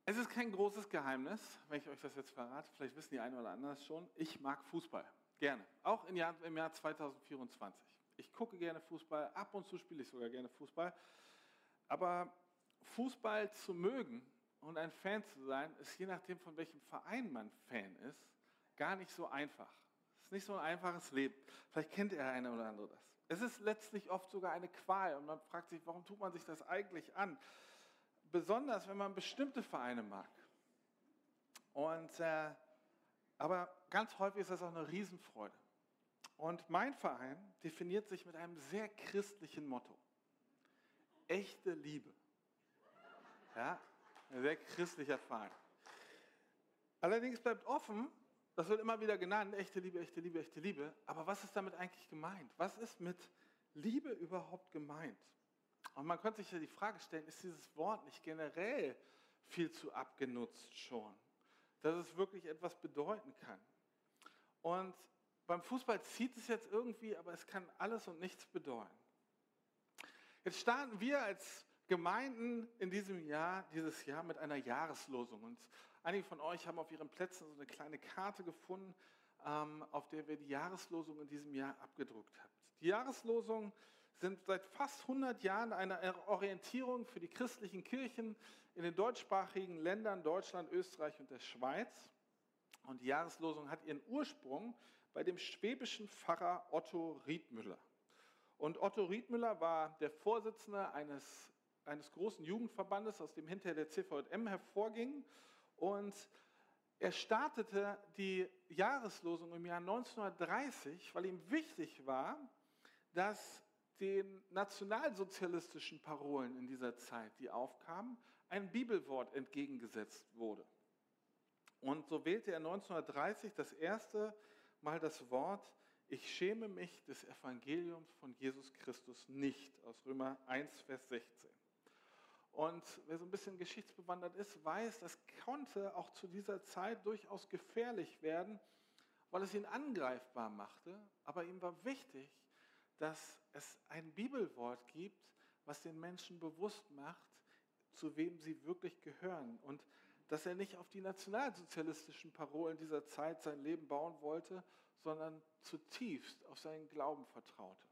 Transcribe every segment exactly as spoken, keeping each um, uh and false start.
Es ist kein großes Geheimnis, wenn ich euch das jetzt verrate. Vielleicht wissen die einen oder anderen es schon. Ich mag Fußball. Gerne. Auch im Jahr, im Jahr zweitausendvierundzwanzig. Ich gucke gerne Fußball. Ab und zu spiele ich sogar gerne Fußball. Aber Fußball zu mögen und ein Fan zu sein, ist je nachdem, von welchem Verein man Fan ist, gar nicht so einfach. Es ist nicht so ein einfaches Leben. Vielleicht kennt der eine oder andere das. Es ist letztlich oft sogar eine Qual und man fragt sich, warum tut man sich das eigentlich an? Besonders, wenn man bestimmte Vereine mag. Und, äh, aber ganz häufig ist das auch eine Riesenfreude. Und mein Verein definiert sich mit einem sehr christlichen Motto. Echte Liebe. Ja, ein sehr christlicher Verein. Allerdings bleibt offen, das wird immer wieder genannt, echte Liebe, echte Liebe, echte Liebe. Aber was ist damit eigentlich gemeint? Was ist mit Liebe überhaupt gemeint? Und man könnte sich ja die Frage stellen, ist dieses Wort nicht generell viel zu abgenutzt schon? Dass es wirklich etwas bedeuten kann. Und beim Fußball zieht es jetzt irgendwie, aber es kann alles und nichts bedeuten. Jetzt starten wir als Gemeinden in diesem Jahr, dieses Jahr mit einer Jahreslosung. Und einige von euch haben auf ihren Plätzen so eine kleine Karte gefunden, auf der wir die Jahreslosung in diesem Jahr abgedruckt haben. Die Jahreslosungen sind seit fast hundert Jahren eine Orientierung für die christlichen Kirchen in den deutschsprachigen Ländern Deutschland, Österreich und der Schweiz. Und die Jahreslosung hat ihren Ursprung bei dem schwäbischen Pfarrer Otto Riedmüller. Und Otto Riedmüller war der Vorsitzende eines, eines großen Jugendverbandes, aus dem hinterher der C V J M hervorging. Und er startete die Jahreslosung im Jahr neunzehnhundertdreißig, weil ihm wichtig war, dass den nationalsozialistischen Parolen in dieser Zeit, die aufkamen, ein Bibelwort entgegengesetzt wurde. Und so wählte er neunzehnhundertdreißig das erste Mal das Wort: Ich schäme mich des Evangeliums von Jesus Christus nicht, aus Römer eins, Vers sechzehn. Und wer so ein bisschen geschichtsbewandert ist, weiß, das konnte auch zu dieser Zeit durchaus gefährlich werden, weil es ihn angreifbar machte. Aber ihm war wichtig, dass es ein Bibelwort gibt, was den Menschen bewusst macht, zu wem sie wirklich gehören. Und dass er nicht auf die nationalsozialistischen Parolen dieser Zeit sein Leben bauen wollte, sondern zutiefst auf seinen Glauben vertraute.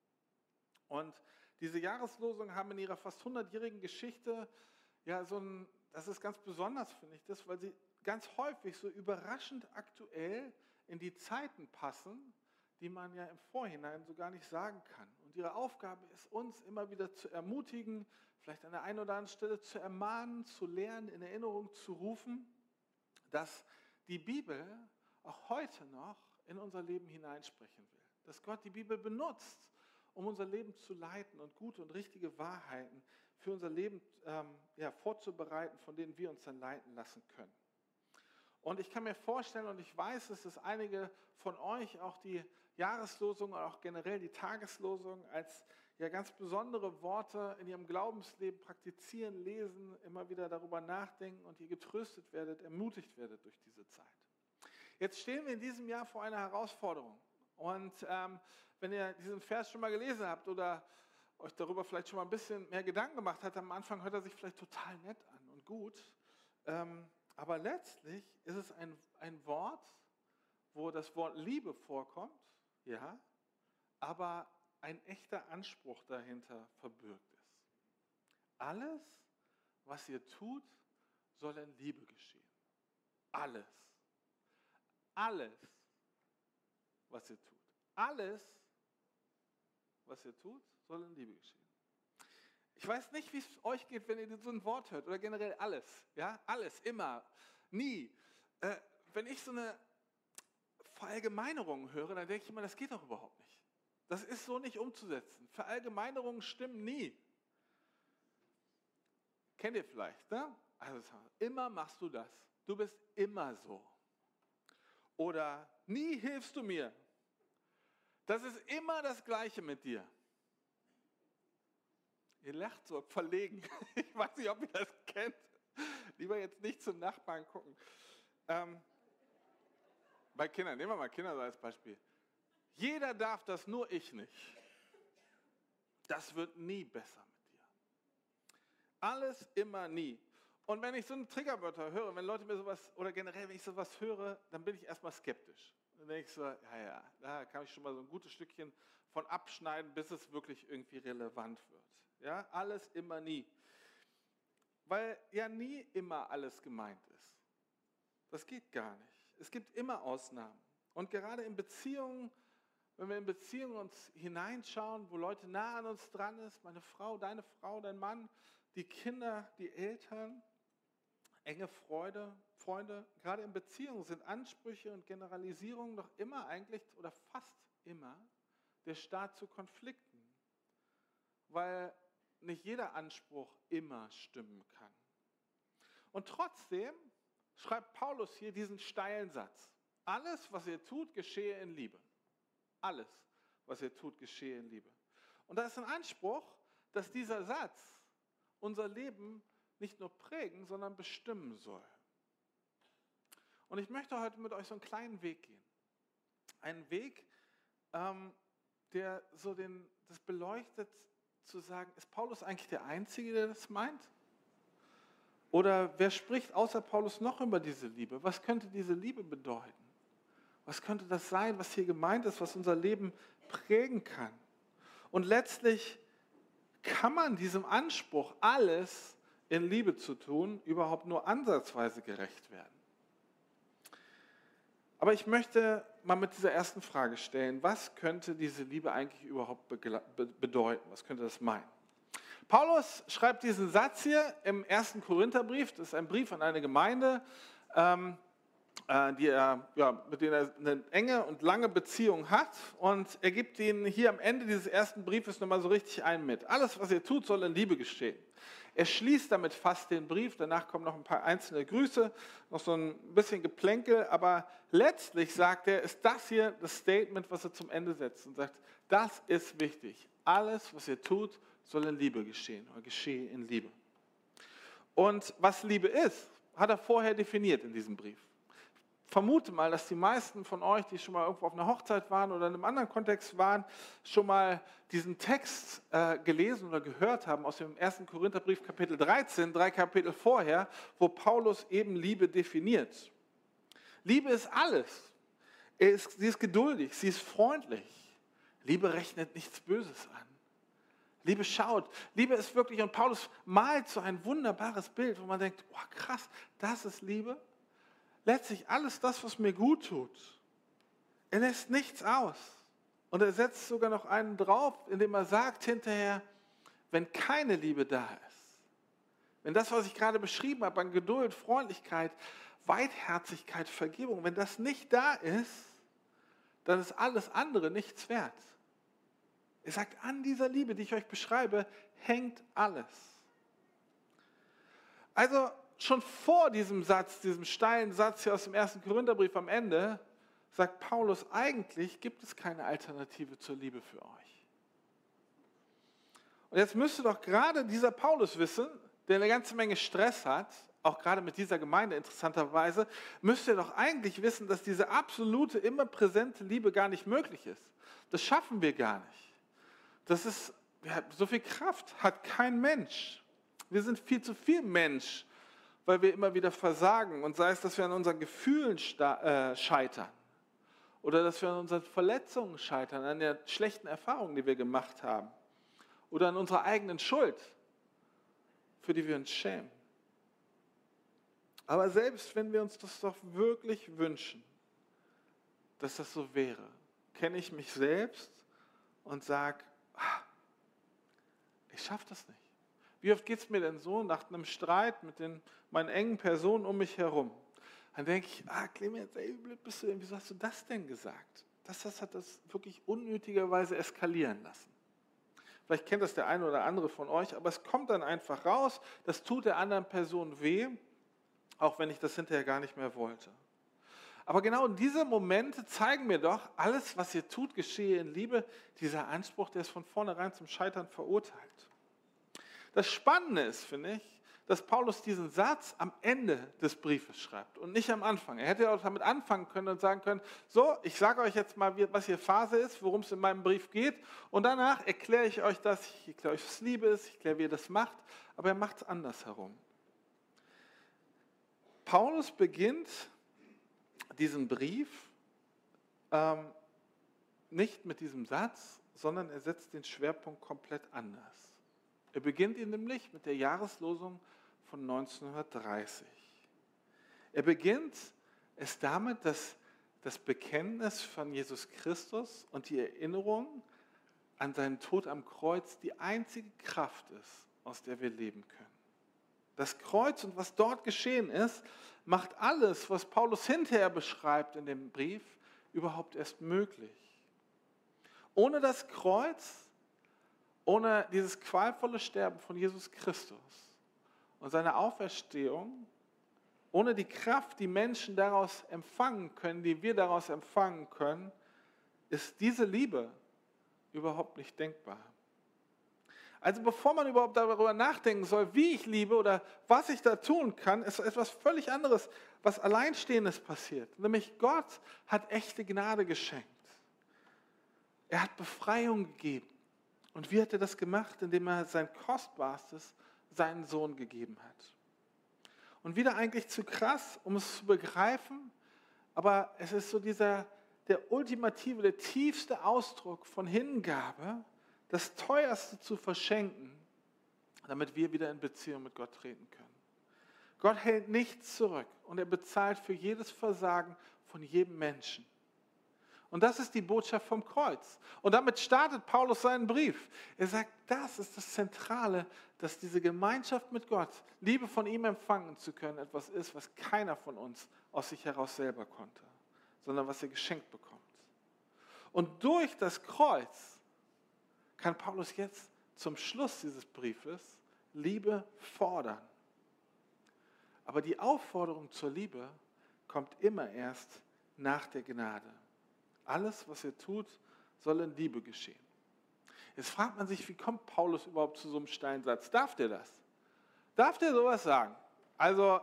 Und diese Jahreslosungen haben in ihrer fast hundertjährigen Geschichte, ja, so ein, das ist ganz besonders, finde ich das, weil sie ganz häufig so überraschend aktuell in die Zeiten passen, die man ja im Vorhinein so gar nicht sagen kann. Und ihre Aufgabe ist, uns immer wieder zu ermutigen, vielleicht an der einen oder anderen Stelle zu ermahnen, zu lernen, in Erinnerung zu rufen, dass die Bibel auch heute noch in unser Leben hineinsprechen will. Dass Gott die Bibel benutzt, um unser Leben zu leiten und gute und richtige Wahrheiten für unser Leben ähm, ja, vorzubereiten, von denen wir uns dann leiten lassen können. Und ich kann mir vorstellen und ich weiß, dass es einige von euch auch die Jahreslosung oder auch generell die Tageslosung als ja ganz besondere Worte in ihrem Glaubensleben praktizieren, lesen, immer wieder darüber nachdenken und ihr getröstet werdet, ermutigt werdet durch diese Zeit. Jetzt stehen wir in diesem Jahr vor einer Herausforderung. Und ähm, wenn ihr diesen Vers schon mal gelesen habt oder euch darüber vielleicht schon mal ein bisschen mehr Gedanken gemacht habt, am Anfang hört er sich vielleicht total nett an und gut. Ähm, Aber letztlich ist es ein, ein Wort, wo das Wort Liebe vorkommt, ja, aber ein echter Anspruch dahinter verbürgt ist. Alles, was ihr tut, soll in Liebe geschehen. Alles. Alles, was ihr tut. Alles, was ihr tut, soll in Liebe geschehen. Ich weiß nicht, wie es euch geht, wenn ihr so ein Wort hört oder generell alles. Ja, alles, immer, nie. Äh, wenn ich so eine Verallgemeinerung höre, dann denke ich immer, das geht doch überhaupt nicht. Das ist so nicht umzusetzen. Verallgemeinerungen stimmen nie. Kennt ihr vielleicht, ne? Also immer machst du das. Du bist immer so. Oder nie hilfst du mir. Das ist immer das Gleiche mit dir. Ihr lacht so verlegen. Ich weiß nicht, ob ihr das kennt. Lieber jetzt nicht zum Nachbarn gucken. Ähm, bei Kindern, nehmen wir mal Kinder als Beispiel. Jeder darf das, nur ich nicht. Das wird nie besser mit dir. Alles, immer, nie. Und wenn ich so eine Triggerwörter höre, wenn Leute mir sowas, oder generell, wenn ich sowas höre, dann bin ich erstmal skeptisch. Dann denke ich so, ja, ja, da kann ich schon mal so ein gutes Stückchen von abschneiden, bis es wirklich irgendwie relevant wird. Ja, alles immer nie. Weil ja nie immer alles gemeint ist. Das geht gar nicht. Es gibt immer Ausnahmen. Und gerade in Beziehungen, wenn wir in Beziehungen uns hineinschauen, wo Leute nah an uns dran ist, meine Frau, deine Frau, dein Mann, die Kinder, die Eltern, enge Freude, Freunde, gerade in Beziehungen sind Ansprüche und Generalisierungen doch immer eigentlich oder fast immer der Start zu Konflikten, weil nicht jeder Anspruch immer stimmen kann. Und trotzdem schreibt Paulus hier diesen steilen Satz: Alles, was ihr tut, geschehe in Liebe. Alles, was ihr tut, geschehe in Liebe. Und da ist ein Anspruch, dass dieser Satz unser Leben nicht nur prägen, sondern bestimmen soll. Und ich möchte heute mit euch so einen kleinen Weg gehen. Einen Weg, ähm, der so den, das beleuchtet, zu sagen, ist Paulus eigentlich der Einzige, der das meint? Oder wer spricht außer Paulus noch über diese Liebe? Was könnte diese Liebe bedeuten? Was könnte das sein, was hier gemeint ist, was unser Leben prägen kann? Und letztlich kann man diesem Anspruch, alles in Liebe zu tun, überhaupt nur ansatzweise gerecht werden. Aber ich möchte mal mit dieser ersten Frage stellen, was könnte diese Liebe eigentlich überhaupt bedeuten? Was könnte das meinen? Paulus schreibt diesen Satz hier im ersten Korintherbrief, das ist ein Brief an eine Gemeinde, ähm, äh, die er, ja, mit der er eine enge und lange Beziehung hat, und er gibt ihnen hier am Ende dieses ersten Briefes nochmal so richtig ein mit. Alles, was ihr tut, soll in Liebe geschehen. Er schließt damit fast den Brief, danach kommen noch ein paar einzelne Grüße, noch so ein bisschen Geplänkel, aber letztlich sagt er, ist das hier das Statement, was er zum Ende setzt und sagt, das ist wichtig. Alles, was ihr tut, soll in Liebe geschehen oder geschehe in Liebe. Und was Liebe ist, hat er vorher definiert in diesem Brief. Ich vermute mal, dass die meisten von euch, die schon mal irgendwo auf einer Hochzeit waren oder in einem anderen Kontext waren, schon mal diesen Text äh, gelesen oder gehört haben aus dem ersten Korintherbrief Kapitel dreizehn, drei Kapitel vorher, wo Paulus eben Liebe definiert. Liebe ist alles. Er ist, sie ist geduldig, sie ist freundlich. Liebe rechnet nichts Böses an. Liebe schaut. Liebe ist wirklich, und Paulus malt so ein wunderbares Bild, wo man denkt, oh krass, das ist Liebe. Letztlich alles das, was mir gut tut. Er lässt nichts aus. Und er setzt sogar noch einen drauf, indem er sagt hinterher, wenn keine Liebe da ist, wenn das, was ich gerade beschrieben habe, an Geduld, Freundlichkeit, Weitherzigkeit, Vergebung, wenn das nicht da ist, dann ist alles andere nichts wert. Er sagt, an dieser Liebe, die ich euch beschreibe, hängt alles. Also schon vor diesem Satz, diesem steilen Satz hier aus dem ersten Korintherbrief am Ende, sagt Paulus, eigentlich gibt es keine Alternative zur Liebe für euch. Und jetzt müsste doch gerade dieser Paulus wissen, der eine ganze Menge Stress hat, auch gerade mit dieser Gemeinde interessanterweise, müsste er doch eigentlich wissen, dass diese absolute, immer präsente Liebe gar nicht möglich ist. Das schaffen wir gar nicht. Das ist, ja, so viel Kraft hat kein Mensch. Wir sind viel zu viel Mensch, weil wir immer wieder versagen. Und sei es, dass wir an unseren Gefühlen scheitern oder dass wir an unseren Verletzungen scheitern, an den schlechten Erfahrungen, die wir gemacht haben oder an unserer eigenen Schuld, für die wir uns schämen. Aber selbst wenn wir uns das doch wirklich wünschen, dass das so wäre, kenne ich mich selbst und sage, ah, ich schaffe das nicht. Wie oft geht es mir denn so nach einem Streit mit den, meinen engen Personen um mich herum? Dann denke ich, ah Clemens, ey, wie blöd bist du denn? Wieso hast du das denn gesagt? Das, das hat das wirklich unnötigerweise eskalieren lassen. Vielleicht kennt das der eine oder andere von euch, aber es kommt dann einfach raus, das tut der anderen Person weh, auch wenn ich das hinterher gar nicht mehr wollte. Aber genau diese Momente zeigen mir doch, alles, was ihr tut, geschehe in Liebe. Dieser Anspruch, der ist von vornherein zum Scheitern verurteilt. Das Spannende ist, finde ich, dass Paulus diesen Satz am Ende des Briefes schreibt und nicht am Anfang. Er hätte auch damit anfangen können und sagen können, so, ich sage euch jetzt mal, was hier Phase ist, worum es in meinem Brief geht, und danach erkläre ich euch das, ich erkläre euch, was Liebe ist, ich erkläre, wie ihr das macht, aber er macht es andersherum. Paulus beginnt diesen Brief ähm, nicht mit diesem Satz, sondern er setzt den Schwerpunkt komplett anders. Er beginnt ihn nämlich mit der Jahreslosung von neunzehnhundertdreißig. Er beginnt es damit, dass das Bekenntnis von Jesus Christus und die Erinnerung an seinen Tod am Kreuz die einzige Kraft ist, aus der wir leben können. Das Kreuz und was dort geschehen ist, macht alles, was Paulus hinterher beschreibt in dem Brief, überhaupt erst möglich. Ohne das Kreuz, ohne dieses qualvolle Sterben von Jesus Christus und seine Auferstehung, ohne die Kraft, die Menschen daraus empfangen können, die wir daraus empfangen können, ist diese Liebe überhaupt nicht denkbar. Also bevor man überhaupt darüber nachdenken soll, wie ich liebe oder was ich da tun kann, ist etwas völlig anderes, was Alleinstehendes passiert. Nämlich Gott hat echte Gnade geschenkt. Er hat Befreiung gegeben. Und wie hat er das gemacht? Indem er sein Kostbarstes, seinen Sohn gegeben hat. Und wieder eigentlich zu krass, um es zu begreifen, aber es ist so dieser, der ultimative, der tiefste Ausdruck von Hingabe, das Teuerste zu verschenken, damit wir wieder in Beziehung mit Gott treten können. Gott hält nichts zurück und er bezahlt für jedes Versagen von jedem Menschen. Und das ist die Botschaft vom Kreuz. Und damit startet Paulus seinen Brief. Er sagt, das ist das Zentrale, dass diese Gemeinschaft mit Gott, Liebe von ihm empfangen zu können, etwas ist, was keiner von uns aus sich heraus selber konnte, sondern was er geschenkt bekommt. Und durch das Kreuz kann Paulus jetzt zum Schluss dieses Briefes Liebe fordern. Aber die Aufforderung zur Liebe kommt immer erst nach der Gnade. Alles, was er tut, soll in Liebe geschehen. Jetzt fragt man sich, wie kommt Paulus überhaupt zu so einem steilen Satz? Darf der das? Darf der sowas sagen? Also,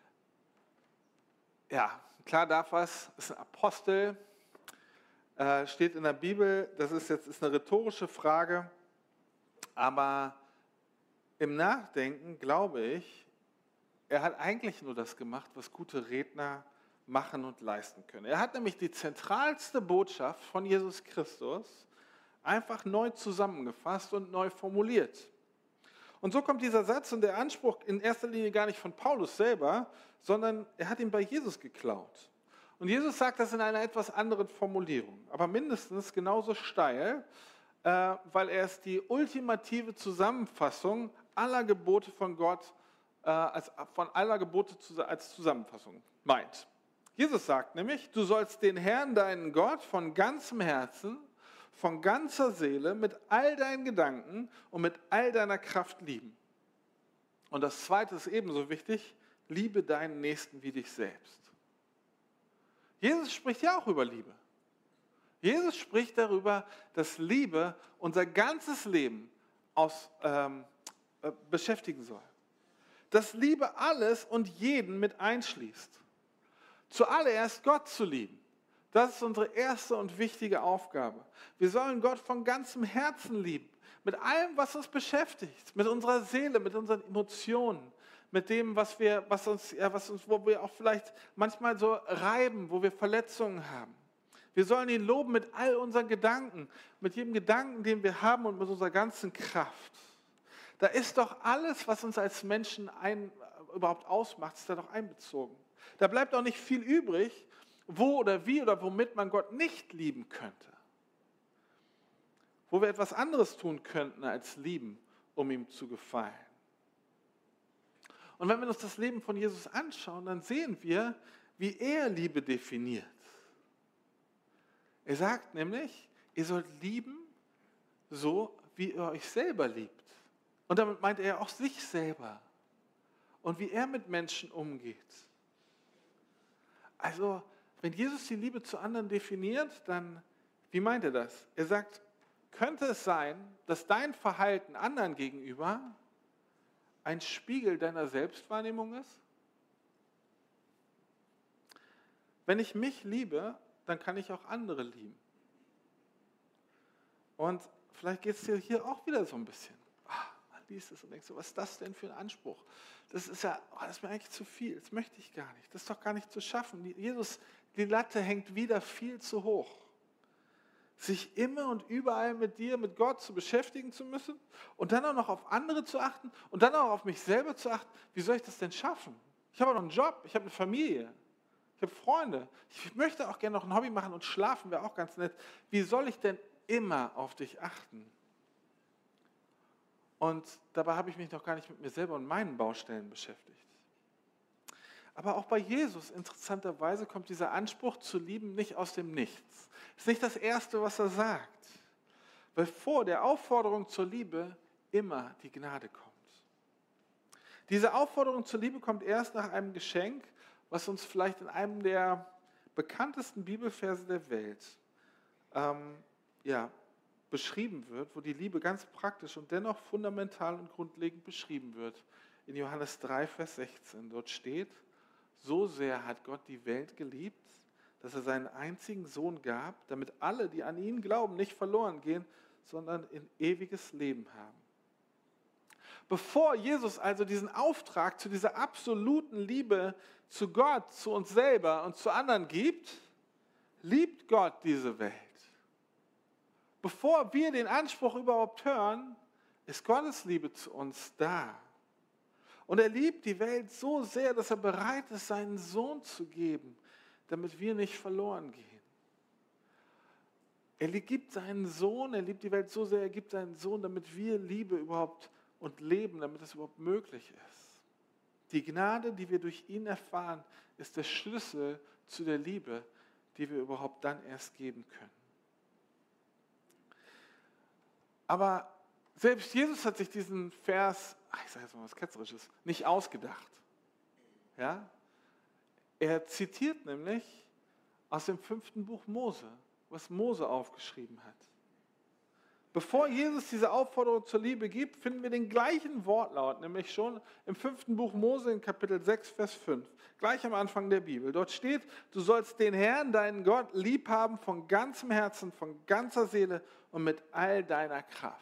ja, klar darf was, ist ein Apostel, äh, steht in der Bibel, das ist jetzt ist eine rhetorische Frage, aber im Nachdenken glaube ich, er hat eigentlich nur das gemacht, was gute Redner machen und leisten können. Er hat nämlich die zentralste Botschaft von Jesus Christus einfach neu zusammengefasst und neu formuliert. Und so kommt dieser Satz und der Anspruch in erster Linie gar nicht von Paulus selber, sondern er hat ihn bei Jesus geklaut. Und Jesus sagt das in einer etwas anderen Formulierung, aber mindestens genauso steil, äh, weil er es die ultimative Zusammenfassung aller Gebote von Gott, äh, als, von aller Gebote zu, als Zusammenfassung meint. Jesus sagt nämlich, du sollst den Herrn, deinen Gott, von ganzem Herzen, von ganzer Seele, mit all deinen Gedanken und mit all deiner Kraft lieben. Und das Zweite ist ebenso wichtig, liebe deinen Nächsten wie dich selbst. Jesus spricht ja auch über Liebe. Jesus spricht darüber, dass Liebe unser ganzes Leben aus, ähm, äh, beschäftigen soll. Dass Liebe alles und jeden mit einschließt. Zuallererst Gott zu lieben. Das ist unsere erste und wichtige Aufgabe. Wir sollen Gott von ganzem Herzen lieben. Mit allem, was uns beschäftigt. Mit unserer Seele, mit unseren Emotionen. Mit dem, was wir, was uns, ja, was uns, wo wir auch vielleicht manchmal so reiben, wo wir Verletzungen haben. Wir sollen ihn loben mit all unseren Gedanken. Mit jedem Gedanken, den wir haben und mit unserer ganzen Kraft. Da ist doch alles, was uns als Menschen ein, überhaupt ausmacht, ist da doch einbezogen. Da bleibt auch nicht viel übrig, wo oder wie oder womit man Gott nicht lieben könnte. Wo wir etwas anderes tun könnten als lieben, um ihm zu gefallen. Und wenn wir uns das Leben von Jesus anschauen, dann sehen wir, wie er Liebe definiert. Er sagt nämlich, ihr sollt lieben, so wie ihr euch selber liebt. Und damit meint er auch sich selber. Und wie er mit Menschen umgeht. Also, wenn Jesus die Liebe zu anderen definiert, dann, wie meint er das? Er sagt, könnte es sein, dass dein Verhalten anderen gegenüber ein Spiegel deiner Selbstwahrnehmung ist? Wenn ich mich liebe, dann kann ich auch andere lieben. Und vielleicht geht es dir hier auch wieder so ein bisschen. Ah, Mann, liest es und denkst so, was ist das denn für ein Anspruch? Das ist ja, oh, das ist mir eigentlich zu viel, das möchte ich gar nicht, das ist doch gar nicht zu schaffen. Jesus, die Latte hängt wieder viel zu hoch. Sich immer und überall mit dir, mit Gott zu beschäftigen zu müssen und dann auch noch auf andere zu achten und dann auch auf mich selber zu achten. Wie soll ich das denn schaffen? Ich habe auch noch einen Job, ich habe eine Familie, ich habe Freunde. Ich möchte auch gerne noch ein Hobby machen und schlafen wäre auch ganz nett. Wie soll ich denn immer auf dich achten? Und dabei habe ich mich noch gar nicht mit mir selber und meinen Baustellen beschäftigt. Aber auch bei Jesus, interessanterweise, kommt dieser Anspruch zu lieben nicht aus dem Nichts. Das ist nicht das Erste, was er sagt. Weil vor der Aufforderung zur Liebe immer die Gnade kommt. Diese Aufforderung zur Liebe kommt erst nach einem Geschenk, was uns vielleicht in einem der bekanntesten Bibelverse der Welt ähm, ja, beschrieben wird, wo die Liebe ganz praktisch und dennoch fundamental und grundlegend beschrieben wird. In Johannes drei, Vers sechzehn. Dort steht: So sehr hat Gott die Welt geliebt, dass er seinen einzigen Sohn gab, damit alle, die an ihn glauben, nicht verloren gehen, sondern in ewiges Leben haben. Bevor Jesus also diesen Auftrag zu dieser absoluten Liebe zu Gott, zu uns selber und zu anderen gibt, liebt Gott diese Welt. Bevor wir den Anspruch überhaupt hören, ist Gottes Liebe zu uns da. Und er liebt die Welt so sehr, dass er bereit ist, seinen Sohn zu geben, damit wir nicht verloren gehen. Er gibt seinen Sohn, er liebt die Welt so sehr, er gibt seinen Sohn, damit wir Liebe überhaupt und leben, damit es überhaupt möglich ist. Die Gnade, die wir durch ihn erfahren, ist der Schlüssel zu der Liebe, die wir überhaupt dann erst geben können. Aber selbst Jesus hat sich diesen Vers, ich sage jetzt mal was Ketzerisches, nicht ausgedacht. Ja? Er zitiert nämlich aus dem fünften Buch Mose, was Mose aufgeschrieben hat. Bevor Jesus diese Aufforderung zur Liebe gibt, finden wir den gleichen Wortlaut, nämlich schon im fünften Buch Mose in Kapitel sechs, Vers fünf, gleich am Anfang der Bibel. Dort steht: Du sollst den Herrn, deinen Gott, lieb haben von ganzem Herzen, von ganzer Seele und mit all deiner Kraft.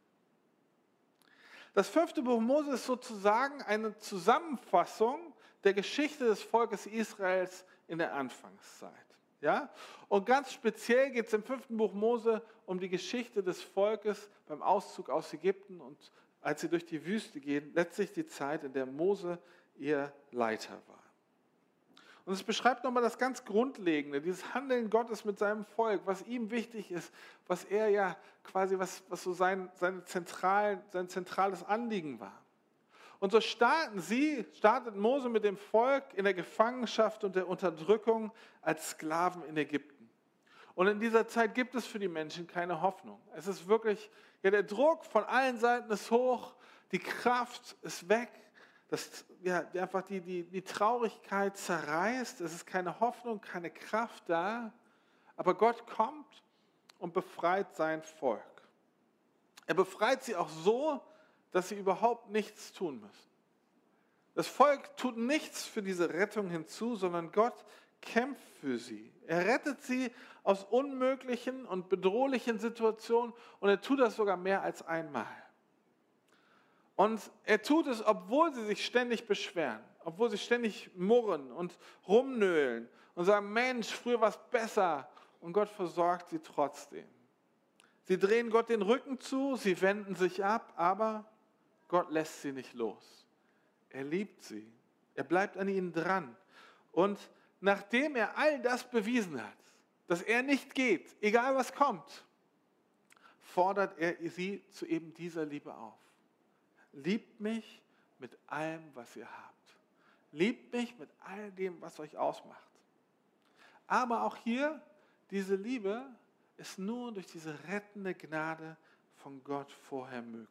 Das fünfte Buch Mose ist sozusagen eine Zusammenfassung der Geschichte des Volkes Israels in der Anfangszeit. Ja? Und ganz speziell geht es im fünften Buch Mose um die Geschichte des Volkes beim Auszug aus Ägypten und als sie durch die Wüste gehen, letztlich die Zeit, in der Mose ihr Leiter war. Und es beschreibt nochmal das ganz Grundlegende, dieses Handeln Gottes mit seinem Volk, was ihm wichtig ist, was er ja quasi, was, was so sein, sein, zentral, sein zentrales Anliegen war. Und so starten sie, startet Mose mit dem Volk in der Gefangenschaft und der Unterdrückung als Sklaven in Ägypten. Und in dieser Zeit gibt es für die Menschen keine Hoffnung. Es ist wirklich, ja, der Druck von allen Seiten ist hoch, die Kraft ist weg, das, ja, einfach die, die, die Traurigkeit zerreißt, es ist keine Hoffnung, keine Kraft da, aber Gott kommt und befreit sein Volk. Er befreit sie auch so, dass sie überhaupt nichts tun müssen. Das Volk tut nichts für diese Rettung hinzu, sondern Gott kämpft für sie. Er rettet sie aus unmöglichen und bedrohlichen Situationen und er tut das sogar mehr als einmal. Und er tut es, obwohl sie sich ständig beschweren, obwohl sie ständig murren und rumnöhlen und sagen, Mensch, früher war es besser, und Gott versorgt sie trotzdem. Sie drehen Gott den Rücken zu, sie wenden sich ab, aber Gott lässt sie nicht los. Er liebt sie. Er bleibt an ihnen dran. Und nachdem er all das bewiesen hat, dass er nicht geht, egal was kommt, fordert er sie zu eben dieser Liebe auf. Liebt mich mit allem, was ihr habt. Liebt mich mit all dem, was euch ausmacht. Aber auch hier, diese Liebe ist nur durch diese rettende Gnade von Gott vorher möglich.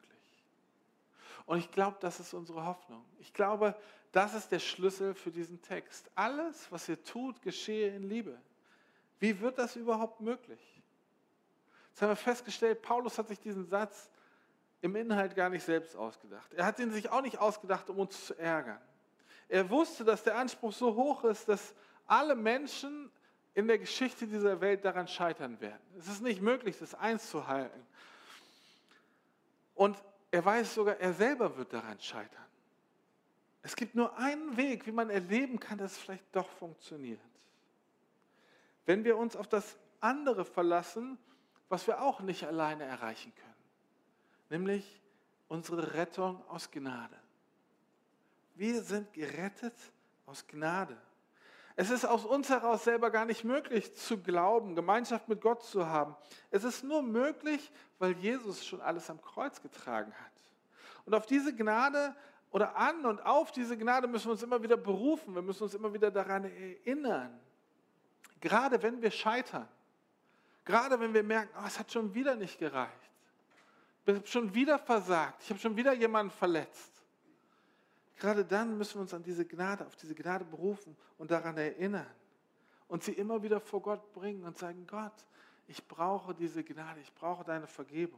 Und ich glaube, das ist unsere Hoffnung. Ich glaube, das ist der Schlüssel für diesen Text. Alles, was ihr tut, geschehe in Liebe. Wie wird das überhaupt möglich? Jetzt haben wir festgestellt, Paulus hat sich diesen Satz im Inhalt gar nicht selbst ausgedacht. Er hat ihn sich auch nicht ausgedacht, um uns zu ärgern. Er wusste, dass der Anspruch so hoch ist, dass alle Menschen in der Geschichte dieser Welt daran scheitern werden. Es ist nicht möglich, das einzuhalten. Und er weiß sogar, er selber wird daran scheitern. Es gibt nur einen Weg, wie man erleben kann, dass es vielleicht doch funktioniert. Wenn wir uns auf das andere verlassen, was wir auch nicht alleine erreichen können, nämlich unsere Rettung aus Gnade. Wir sind gerettet aus Gnade. Es ist aus uns heraus selber gar nicht möglich zu glauben, Gemeinschaft mit Gott zu haben. Es ist nur möglich, weil Jesus schon alles am Kreuz getragen hat. Und auf diese Gnade oder an und auf diese Gnade müssen wir uns immer wieder berufen. Wir müssen uns immer wieder daran erinnern. Gerade wenn wir scheitern. Gerade wenn wir merken, oh, es hat schon wieder nicht gereicht. Ich habe schon wieder versagt. Ich habe schon wieder jemanden verletzt. Gerade dann müssen wir uns an diese Gnade, auf diese Gnade berufen und daran erinnern. Und sie immer wieder vor Gott bringen und sagen, Gott, ich brauche diese Gnade, ich brauche deine Vergebung.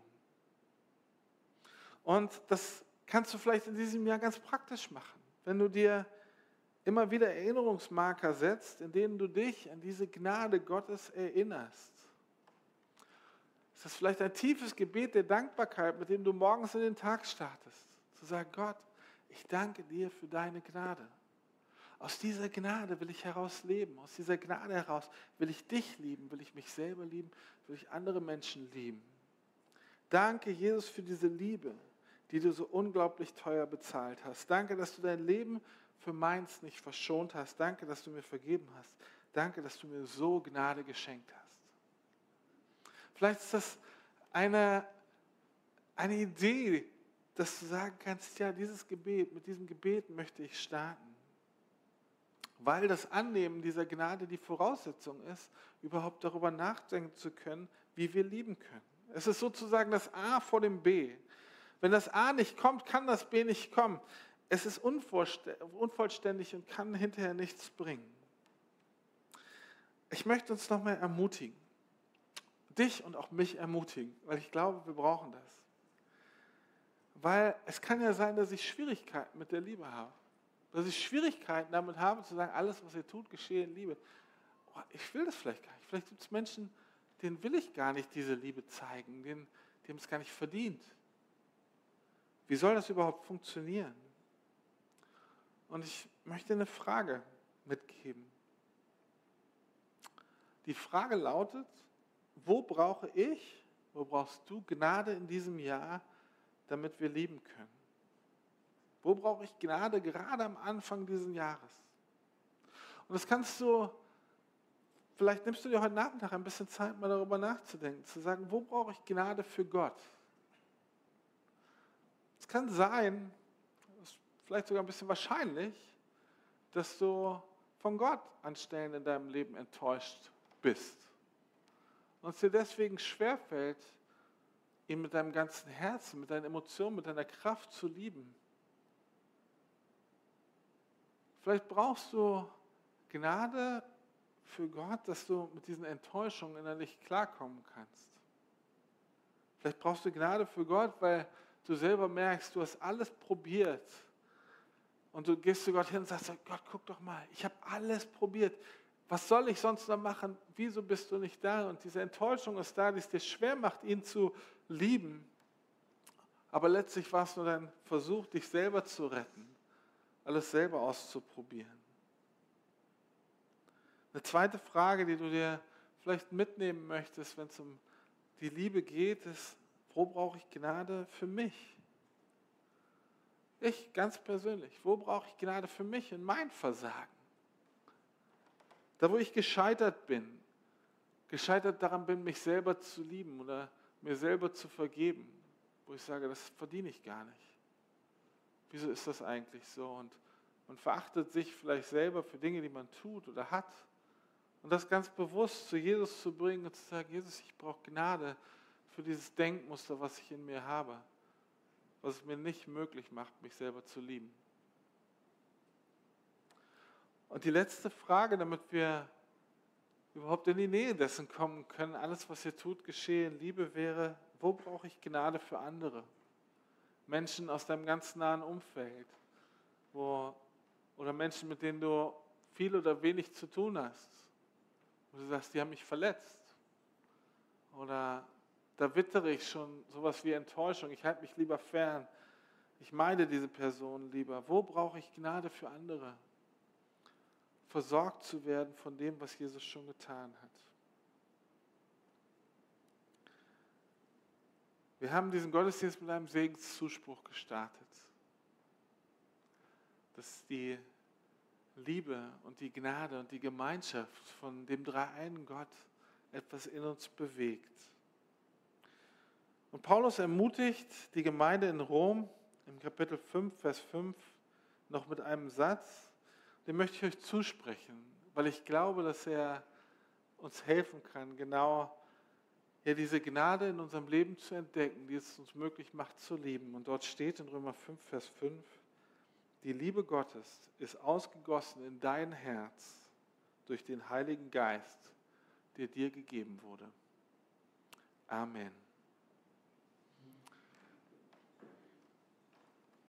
Und das kannst du vielleicht in diesem Jahr ganz praktisch machen, wenn du dir immer wieder Erinnerungsmarker setzt, in denen du dich an diese Gnade Gottes erinnerst. Es ist vielleicht ein tiefes Gebet der Dankbarkeit, mit dem du morgens in den Tag startest. Zu sagen, Gott, ich danke dir für deine Gnade. Aus dieser Gnade will ich heraus leben. Aus dieser Gnade heraus will ich dich lieben, will ich mich selber lieben, will ich andere Menschen lieben. Danke, Jesus, für diese Liebe, die du so unglaublich teuer bezahlt hast. Danke, dass du dein Leben für meins nicht verschont hast. Danke, dass du mir vergeben hast. Danke, dass du mir so Gnade geschenkt hast. Vielleicht ist das eine, eine Idee, dass du sagen kannst, ja, dieses Gebet, mit diesem Gebet möchte ich starten. Weil das Annehmen dieser Gnade die Voraussetzung ist, überhaupt darüber nachdenken zu können, wie wir lieben können. Es ist sozusagen das A vor dem B. Wenn das A nicht kommt, kann das B nicht kommen. Es ist unvollständig und kann hinterher nichts bringen. Ich möchte uns nochmal ermutigen, dich und auch mich ermutigen, weil ich glaube, wir brauchen das. Weil es kann ja sein, dass ich Schwierigkeiten mit der Liebe habe. Dass ich Schwierigkeiten damit habe, zu sagen, alles, was ihr tut, geschehe in Liebe. Oh, ich will das vielleicht gar nicht. Vielleicht gibt es Menschen, denen will ich gar nicht diese Liebe zeigen, denen, die haben es gar nicht verdient. Wie soll das überhaupt funktionieren? Und ich möchte eine Frage mitgeben. Die Frage lautet, wo brauche ich, wo brauchst du Gnade in diesem Jahr, damit wir lieben können? Wo brauche ich Gnade gerade am Anfang dieses Jahres? Und das kannst du, vielleicht nimmst du dir heute Nachmittag ein bisschen Zeit, mal darüber nachzudenken, zu sagen, wo brauche ich Gnade für Gott? Es kann sein, das ist vielleicht sogar ein bisschen wahrscheinlich, dass du von Gott an Stellen in deinem Leben enttäuscht bist. Und es dir deswegen schwerfällt, ihn mit deinem ganzen Herzen, mit deinen Emotionen, mit deiner Kraft zu lieben. Vielleicht brauchst du Gnade für Gott, dass du mit diesen Enttäuschungen innerlich klarkommen kannst. Vielleicht brauchst du Gnade für Gott, weil du selber merkst, du hast alles probiert. Und du gehst zu Gott hin und sagst, Gott, guck doch mal, ich habe alles probiert. Was soll ich sonst noch machen? Wieso bist du nicht da? Und diese Enttäuschung ist da, die es dir schwer macht, ihn zu lieben. Aber letztlich war es nur dein Versuch, dich selber zu retten, alles selber auszuprobieren. Eine zweite Frage, die du dir vielleicht mitnehmen möchtest, wenn es um die Liebe geht, ist, wo brauche ich Gnade für mich? Ich ganz persönlich, wo brauche ich Gnade für mich in mein Versagen? Da, wo ich gescheitert bin, gescheitert daran bin, mich selber zu lieben oder mir selber zu vergeben, wo ich sage, das verdiene ich gar nicht. Wieso ist das eigentlich so? Und man verachtet sich vielleicht selber für Dinge, die man tut oder hat. Und das ganz bewusst zu Jesus zu bringen und zu sagen, Jesus, ich brauche Gnade für dieses Denkmuster, was ich in mir habe, was es mir nicht möglich macht, mich selber zu lieben. Und die letzte Frage, damit wir überhaupt in die Nähe dessen kommen können, alles, was ihr tut, geschehe in Liebe, wäre, wo brauche ich Gnade für andere? Menschen aus deinem ganz nahen Umfeld, wo, oder Menschen, mit denen du viel oder wenig zu tun hast, wo du sagst, die haben mich verletzt oder da wittere ich schon sowas wie Enttäuschung. Ich halte mich lieber fern. Ich meide diese Person lieber. Wo brauche ich Gnade für andere? Versorgt zu werden von dem, was Jesus schon getan hat. Wir haben diesen Gottesdienst mit einem Segenszuspruch gestartet. Dass die Liebe und die Gnade und die Gemeinschaft von dem dreieinen Gott etwas in uns bewegt. Und Paulus ermutigt die Gemeinde in Rom im Kapitel fünf, Vers fünf noch mit einem Satz, den möchte ich euch zusprechen, weil ich glaube, dass er uns helfen kann, genau ja, diese Gnade in unserem Leben zu entdecken, die es uns möglich macht zu lieben. Und dort steht in Römer fünf, Vers fünf, die Liebe Gottes ist ausgegossen in dein Herz durch den Heiligen Geist, der dir gegeben wurde. Amen.